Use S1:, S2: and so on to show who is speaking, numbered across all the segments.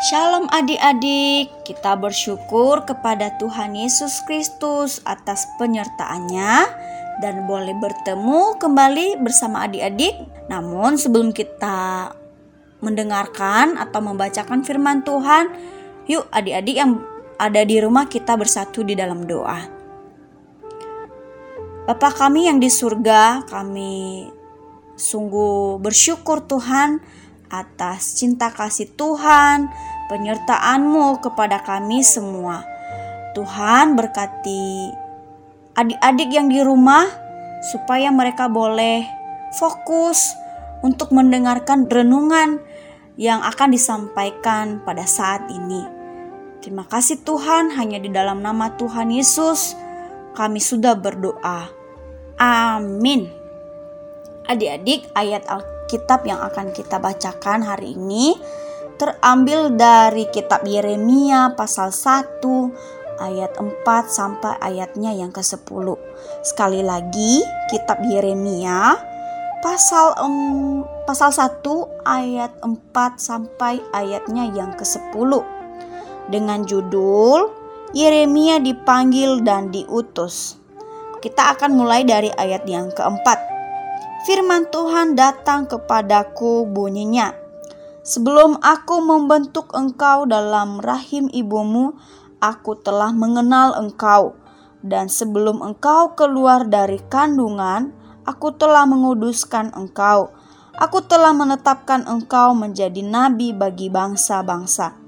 S1: Shalom adik-adik, kita bersyukur kepada Tuhan Yesus Kristus atas penyertaannya dan boleh bertemu kembali bersama adik-adik. Namun sebelum kita mendengarkan atau membacakan firman Tuhan, yuk adik-adik yang ada di rumah kita bersatu di dalam doa. Bapa kami yang di surga, kami sungguh bersyukur Tuhan atas cinta kasih Tuhan, penyertaan-Mu kepada kami semua. Tuhan berkati adik-adik yang di rumah supaya mereka boleh fokus untuk mendengarkan renungan yang akan disampaikan pada saat ini. Terima kasih Tuhan, hanya di dalam nama Tuhan Yesus kami sudah berdoa. Amin. Adik-adik, ayat Alkitab yang akan kita bacakan hari ini terambil dari kitab Yeremia pasal 1 ayat 4 sampai ayatnya yang ke-10. Sekali lagi, kitab Yeremia pasal 1 ayat 4 sampai ayatnya yang ke-10. Dengan judul Yeremia dipanggil dan diutus. Kita akan mulai dari ayat yang keempat. Firman Tuhan datang kepadaku bunyinya, sebelum aku membentuk engkau dalam rahim ibumu, aku telah mengenal engkau. Dan sebelum engkau keluar dari kandungan, aku telah menguduskan engkau. Aku telah menetapkan engkau menjadi nabi bagi bangsa-bangsa.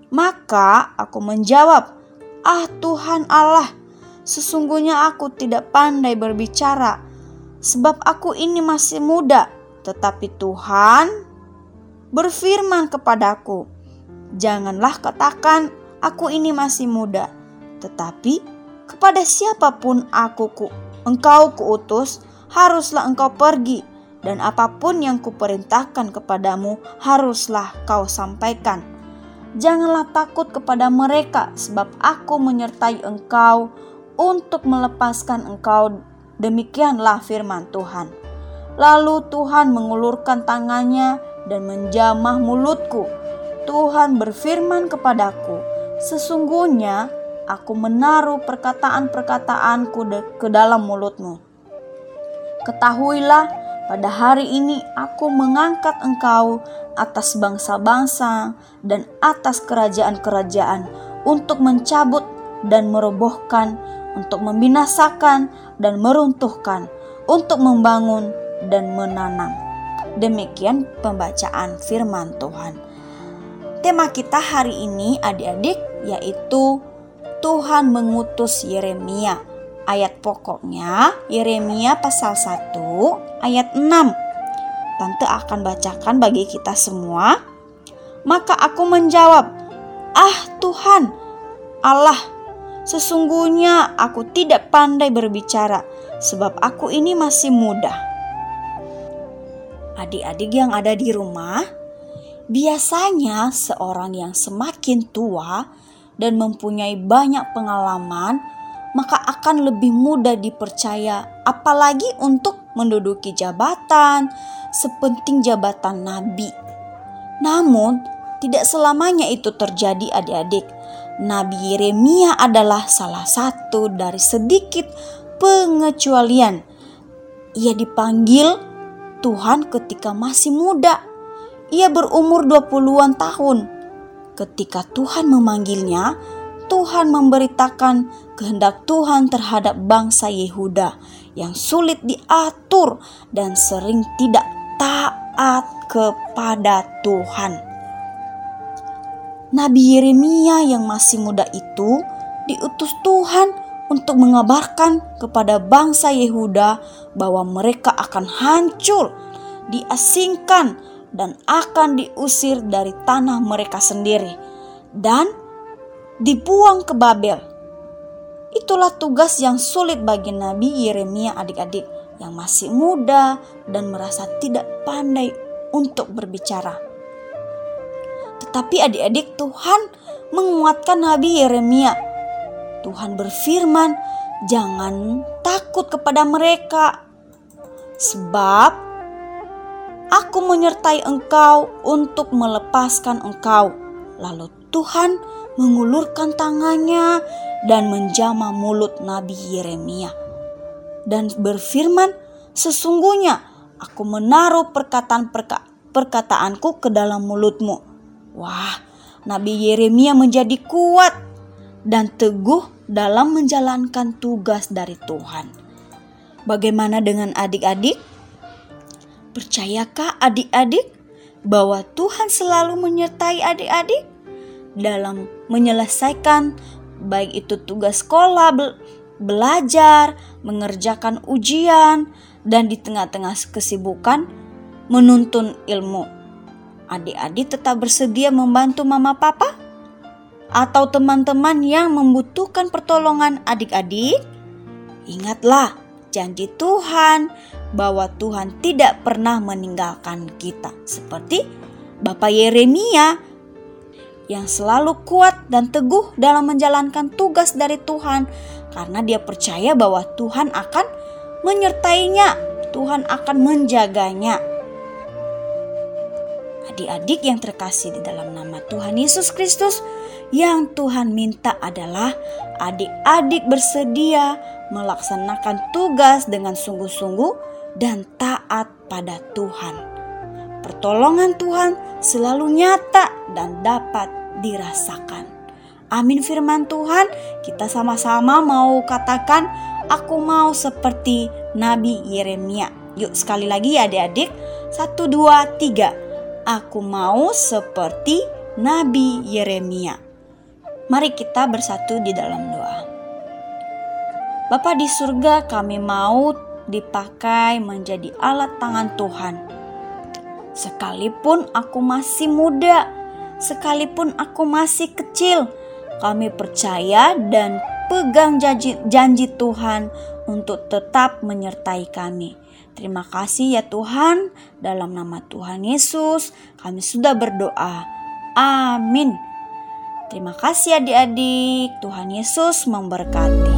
S1: Maka aku menjawab, Tuhan Allah, sesungguhnya aku tidak pandai berbicara, sebab aku ini masih muda. Tetapi Tuhan berfirman kepadaku, janganlah katakan aku ini masih muda, tetapi kepada siapapun engkau kuutus, haruslah engkau pergi, dan apapun yang kuperintahkan kepadamu haruslah kau sampaikan. Janganlah takut kepada mereka, sebab aku menyertai engkau untuk melepaskan engkau. Demikianlah firman Tuhan. Lalu Tuhan mengulurkan tangannya dan menjamah mulutku. Tuhan berfirman kepadaku, sesungguhnya aku menaruh perkataan-perkataanku ke dalam mulutmu. Ketahuilah, pada hari ini aku mengangkat engkau atas bangsa-bangsa dan atas kerajaan-kerajaan untuk mencabut dan merobohkan, untuk membinasakan dan meruntuhkan, untuk membangun dan menanam. Demikian pembacaan firman Tuhan. Tema kita hari ini adik-adik yaitu Tuhan mengutus Yeremia. Ayat pokoknya Yeremia pasal 1 ayat 6. Tante akan bacakan bagi kita semua. Maka aku menjawab, Tuhan Allah, sesungguhnya aku tidak pandai berbicara, sebab aku ini masih muda. Adik-adik yang ada di rumah, biasanya seorang yang semakin tua dan mempunyai banyak pengalaman, maka akan lebih mudah dipercaya, apalagi untuk menduduki jabatan sepenting jabatan nabi. Namun, tidak selamanya itu terjadi adik-adik. Nabi Yeremia adalah salah satu dari sedikit pengecualian. Ia dipanggil Tuhan ketika masih muda. Ia berumur 20-an tahun. Ketika Tuhan memanggilnya, Tuhan memberitakan kehendak Tuhan terhadap bangsa Yehuda yang sulit diatur dan sering tidak taat kepada Tuhan. Nabi Yeremia yang masih muda itu diutus Tuhan untuk mengabarkan kepada bangsa Yehuda bahwa mereka akan hancur, diasingkan, dan akan diusir dari tanah mereka sendiri dan dibuang ke Babel. Itulah tugas yang sulit bagi Nabi Yeremia adik-adik yang masih muda dan merasa tidak pandai untuk berbicara. Tetapi adik-adik, Tuhan menguatkan Nabi Yeremia. Tuhan berfirman, jangan takut kepada mereka, sebab aku menyertai engkau untuk melepaskan engkau. Lalu Tuhan mengulurkan tangannya dan menjamah mulut Nabi Yeremia dan berfirman, "Sesungguhnya aku menaruh perkataanku ke dalam mulutmu." Wah, Nabi Yeremia menjadi kuat dan teguh dalam menjalankan tugas dari Tuhan. Bagaimana dengan adik-adik? Percayakah adik-adik bahwa Tuhan selalu menyertai adik-adik dalam menyelesaikan baik itu tugas sekolah, belajar, mengerjakan ujian, dan di tengah-tengah kesibukan menuntun ilmu? Adik-adik tetap bersedia membantu mama papa atau teman-teman yang membutuhkan pertolongan adik-adik? Ingatlah janji Tuhan bahwa Tuhan tidak pernah meninggalkan kita, seperti Bapak Yeremia yang selalu kuat dan teguh dalam menjalankan tugas dari Tuhan karena dia percaya bahwa Tuhan akan menyertainya, Tuhan akan menjaganya. Adik-adik yang terkasih di dalam nama Tuhan Yesus Kristus, yang Tuhan minta adalah adik-adik bersedia melaksanakan tugas dengan sungguh-sungguh dan taat pada Tuhan. Pertolongan Tuhan selalu nyata dan dapat dirasakan. Amin firman Tuhan. Kita sama-sama mau katakan, aku mau seperti Nabi Yeremia. Yuk sekali lagi ya adik-adik. 1, 2, 3. Aku mau seperti Nabi Yeremia. Mari kita bersatu di dalam doa. Bapa di surga, kami mau dipakai menjadi alat tangan Tuhan. Sekalipun aku masih muda, sekalipun aku masih kecil, kami percaya dan pegang janji Tuhan untuk tetap menyertai kami. Terima kasih ya Tuhan, dalam nama Tuhan Yesus kami sudah berdoa. Amin. Terima kasih adik-adik, Tuhan Yesus memberkati.